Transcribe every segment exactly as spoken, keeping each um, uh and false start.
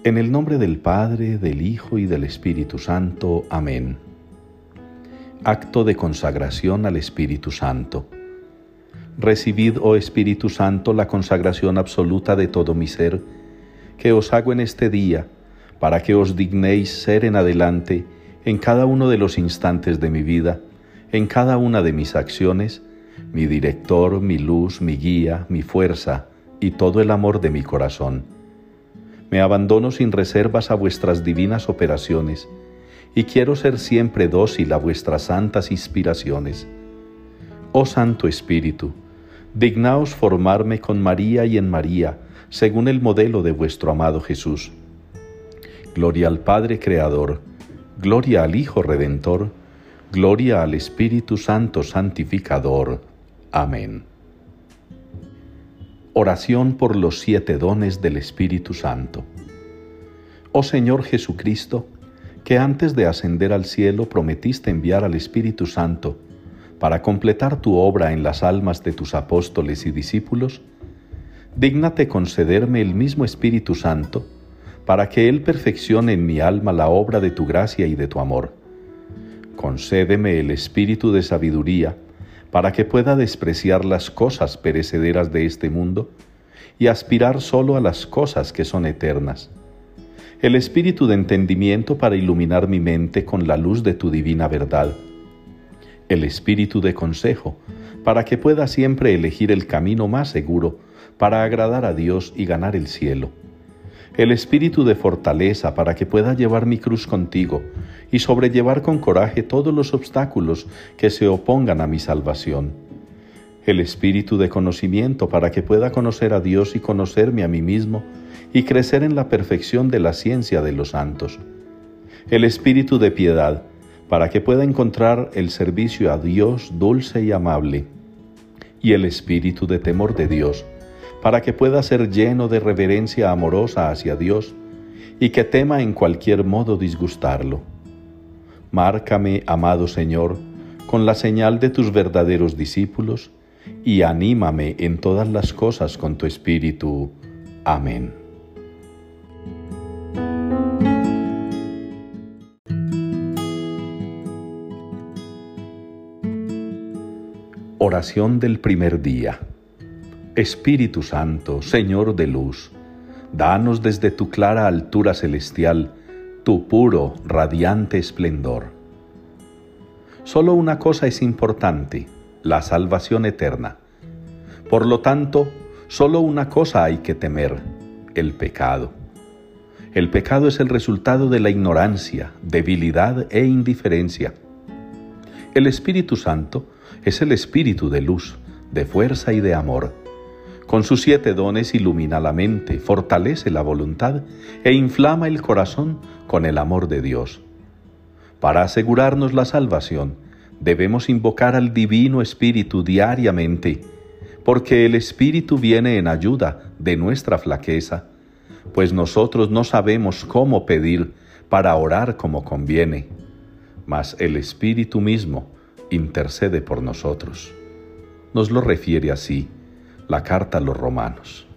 En el nombre del Padre, del Hijo y del Espíritu Santo. Amén. Acto de consagración al Espíritu Santo. Recibid, oh Espíritu Santo, la consagración absoluta de todo mi ser, que os hago en este día, para que os dignéis ser en adelante, en cada uno de los instantes de mi vida, en cada una de mis acciones, mi director, mi luz, mi guía, mi fuerza y todo el amor de mi corazón. Me abandono sin reservas a vuestras divinas operaciones y quiero ser siempre dócil a vuestras santas inspiraciones. Oh Santo Espíritu, dignaos formarme con María y en María, según el modelo de vuestro amado Jesús. Gloria al Padre Creador, gloria al Hijo Redentor, gloria al Espíritu Santo Santificador. Amén. Oración por los siete dones del Espíritu Santo. Oh Señor Jesucristo, que antes de ascender al cielo prometiste enviar al Espíritu Santo para completar tu obra en las almas de tus apóstoles y discípulos, dígnate concederme el mismo Espíritu Santo para que Él perfeccione en mi alma la obra de tu gracia y de tu amor. Concédeme el espíritu de sabiduría para que pueda despreciar las cosas perecederas de este mundo y aspirar solo a las cosas que son eternas. El espíritu de entendimiento para iluminar mi mente con la luz de tu divina verdad. El espíritu de consejo para que pueda siempre elegir el camino más seguro para agradar a Dios y ganar el cielo. El espíritu de fortaleza para que pueda llevar mi cruz contigo y sobrellevar con coraje todos los obstáculos que se opongan a mi salvación. El espíritu de conocimiento para que pueda conocer a Dios y conocerme a mí mismo y crecer en la perfección de la ciencia de los santos. El espíritu de piedad para que pueda encontrar el servicio a Dios dulce y amable. Y el espíritu de temor de Dios para que pueda ser lleno de reverencia amorosa hacia Dios y que tema en cualquier modo disgustarlo. Márcame, amado Señor, con la señal de tus verdaderos discípulos y anímame en todas las cosas con tu Espíritu. Amén. Oración del primer día. Espíritu Santo, Señor de luz, danos desde tu clara altura celestial tu puro, radiante esplendor. Solo una cosa es importante, la salvación eterna. Por lo tanto, solo una cosa hay que temer, el pecado. El pecado es el resultado de la ignorancia, debilidad e indiferencia. El Espíritu Santo es el Espíritu de luz, de fuerza y de amor. Con sus siete dones ilumina la mente, fortalece la voluntad e inflama el corazón con el amor de Dios. Para asegurarnos la salvación, debemos invocar al Divino Espíritu diariamente, porque el Espíritu viene en ayuda de nuestra flaqueza, pues nosotros no sabemos cómo pedir para orar como conviene, mas el Espíritu mismo intercede por nosotros. Nos lo refiere así la carta a los Romanos.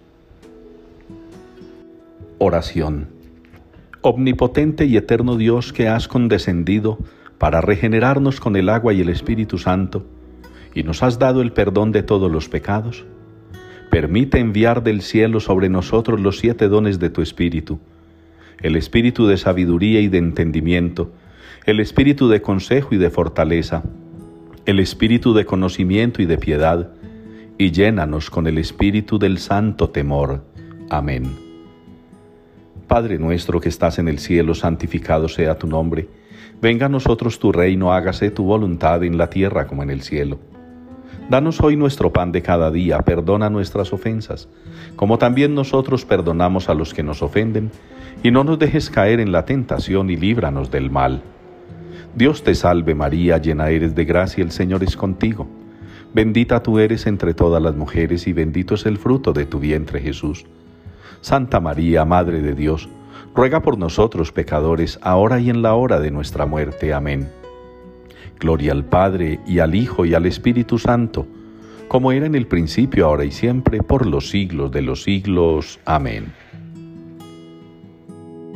Oración. Omnipotente y eterno Dios, que has condescendido para regenerarnos con el agua y el Espíritu Santo, y nos has dado el perdón de todos los pecados, permite enviar del cielo sobre nosotros los siete dones de tu Espíritu, el Espíritu de sabiduría y de entendimiento, el Espíritu de consejo y de fortaleza, el Espíritu de conocimiento y de piedad, y llénanos con el espíritu del santo temor. Amén. Padre nuestro que estás en el cielo, santificado sea tu nombre. Venga a nosotros tu reino, hágase tu voluntad en la tierra como en el cielo. Danos hoy nuestro pan de cada día, perdona nuestras ofensas, como también nosotros perdonamos a los que nos ofenden, y no nos dejes caer en la tentación y líbranos del mal. Dios te salve María, llena eres de gracia, el Señor es contigo. Bendita tú eres entre todas las mujeres y bendito es el fruto de tu vientre Jesús. Santa María, Madre de Dios, ruega por nosotros pecadores, ahora y en la hora de nuestra muerte. Amén. Gloria al Padre, y al Hijo, y al Espíritu Santo, como era en el principio, ahora y siempre, por los siglos de los siglos. Amén.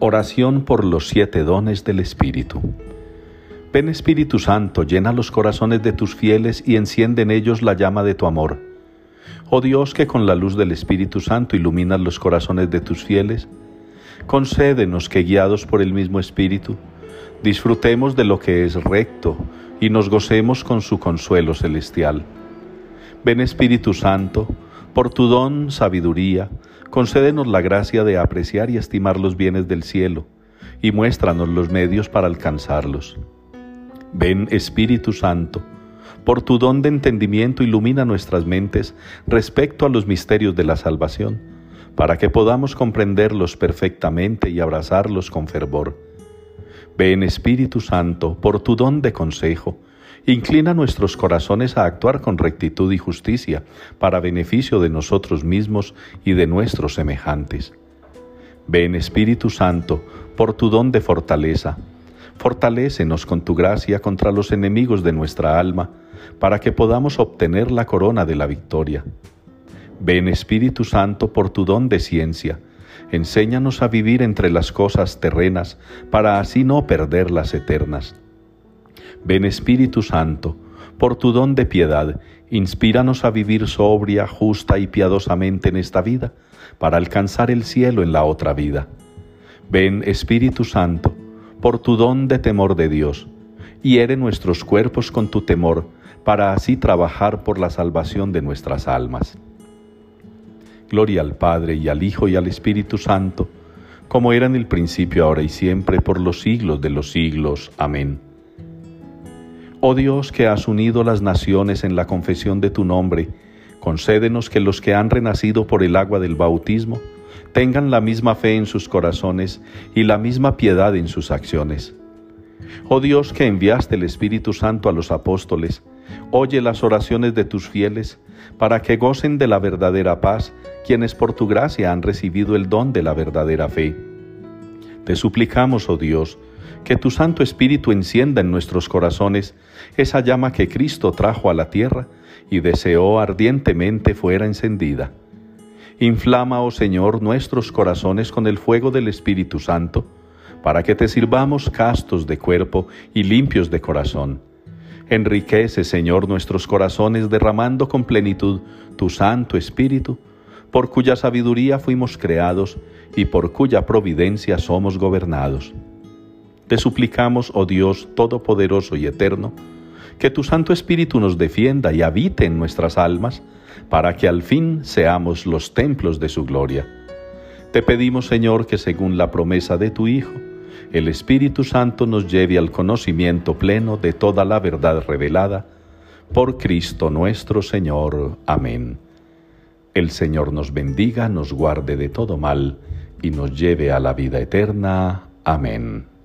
Oración por los siete dones del Espíritu. Ven Espíritu Santo, llena los corazones de tus fieles y enciende en ellos la llama de tu amor. Oh Dios, que con la luz del Espíritu Santo iluminas los corazones de tus fieles, concédenos que, guiados por el mismo Espíritu, disfrutemos de lo que es recto y nos gocemos con su consuelo celestial. Ven Espíritu Santo, por tu don sabiduría, concédenos la gracia de apreciar y estimar los bienes del cielo, y muéstranos los medios para alcanzarlos. Ven Espíritu Santo, por tu don de entendimiento ilumina nuestras mentes respecto a los misterios de la salvación, para que podamos comprenderlos perfectamente y abrazarlos con fervor. Ven Espíritu Santo, por tu don de consejo, inclina nuestros corazones a actuar con rectitud y justicia para beneficio de nosotros mismos y de nuestros semejantes. Ven Espíritu Santo, por tu don de fortaleza, fortalécenos con tu gracia contra los enemigos de nuestra alma, para que podamos obtener la corona de la victoria. Ven Espíritu Santo, por tu don de ciencia, enséñanos a vivir entre las cosas terrenas, para así no perder las eternas. Ven Espíritu Santo, por tu don de piedad, inspíranos a vivir sobria, justa y piadosamente en esta vida, para alcanzar el cielo en la otra vida. Ven Espíritu Santo, por tu don de temor de Dios, hiere nuestros cuerpos con tu temor, para así trabajar por la salvación de nuestras almas. Gloria al Padre, y al Hijo, y al Espíritu Santo, como era en el principio, ahora y siempre, por los siglos de los siglos. Amén. Oh Dios, que has unido las naciones en la confesión de tu nombre, concédenos que los que han renacido por el agua del bautismo tengan la misma fe en sus corazones y la misma piedad en sus acciones. Oh Dios, que enviaste el Espíritu Santo a los apóstoles, oye las oraciones de tus fieles, para que gocen de la verdadera paz, quienes por tu gracia han recibido el don de la verdadera fe. Te suplicamos, oh Dios, que tu Santo Espíritu encienda en nuestros corazones esa llama que Cristo trajo a la tierra y deseó ardientemente fuera encendida. Inflama, oh Señor, nuestros corazones con el fuego del Espíritu Santo, para que te sirvamos castos de cuerpo y limpios de corazón. Enriquece, Señor, nuestros corazones derramando con plenitud tu Santo Espíritu, por cuya sabiduría fuimos creados y por cuya providencia somos gobernados. Te suplicamos, oh Dios Todopoderoso y Eterno, que tu Santo Espíritu nos defienda y habite en nuestras almas, para que al fin seamos los templos de su gloria. Te pedimos, Señor, que según la promesa de tu Hijo, el Espíritu Santo nos lleve al conocimiento pleno de toda la verdad revelada, por Cristo nuestro Señor. Amén. El Señor nos bendiga, nos guarde de todo mal, y nos lleve a la vida eterna. Amén.